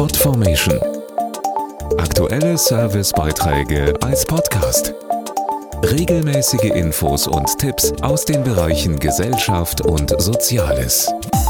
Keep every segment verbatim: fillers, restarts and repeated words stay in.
Podformation. Aktuelle Servicebeiträge als Podcast. Regelmäßige Infos und Tipps aus den Bereichen Gesellschaft und Soziales.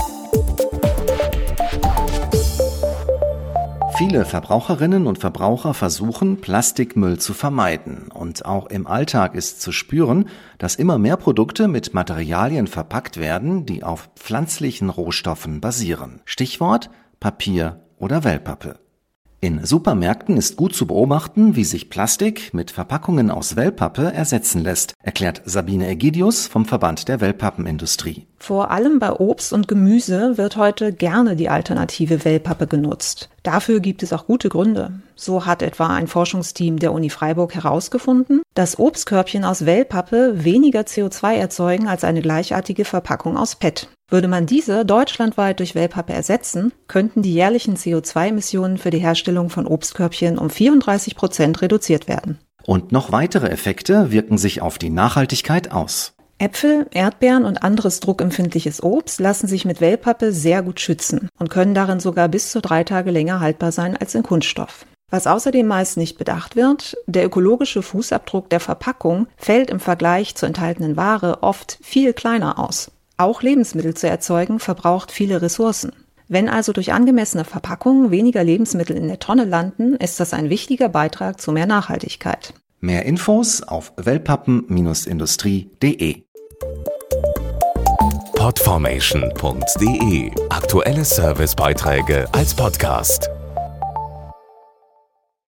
Viele Verbraucherinnen und Verbraucher versuchen, Plastikmüll zu vermeiden. Und auch im Alltag ist zu spüren, dass immer mehr Produkte mit Materialien verpackt werden, die auf pflanzlichen Rohstoffen basieren. Stichwort Papier oder Wellpappe. In Supermärkten ist gut zu beobachten, wie sich Plastik mit Verpackungen aus Wellpappe ersetzen lässt, erklärt Sabine Egidius vom Verband der Wellpappenindustrie. Vor allem bei Obst und Gemüse wird heute gerne die alternative Wellpappe genutzt. Dafür gibt es auch gute Gründe. So hat etwa ein Forschungsteam der Uni Freiburg herausgefunden, dass Obstkörbchen aus Wellpappe weniger C O zwei erzeugen als eine gleichartige Verpackung aus P E T. Würde man diese deutschlandweit durch Wellpappe ersetzen, könnten die jährlichen C O zwei Emissionen für die Herstellung von Obstkörbchen um vierunddreißig Prozent reduziert werden. Und noch weitere Effekte wirken sich auf die Nachhaltigkeit aus. Äpfel, Erdbeeren und anderes druckempfindliches Obst lassen sich mit Wellpappe sehr gut schützen und können darin sogar bis zu drei Tage länger haltbar sein als in Kunststoff. Was außerdem meist nicht bedacht wird, der ökologische Fußabdruck der Verpackung fällt im Vergleich zur enthaltenen Ware oft viel kleiner aus. Auch Lebensmittel zu erzeugen verbraucht viele Ressourcen. Wenn also durch angemessene Verpackungen weniger Lebensmittel in der Tonne landen, ist das ein wichtiger Beitrag zu mehr Nachhaltigkeit. Mehr Infos auf wellpappen Bindestrich industrie punkt de. Podformation punkt de. Aktuelle Servicebeiträge als Podcast.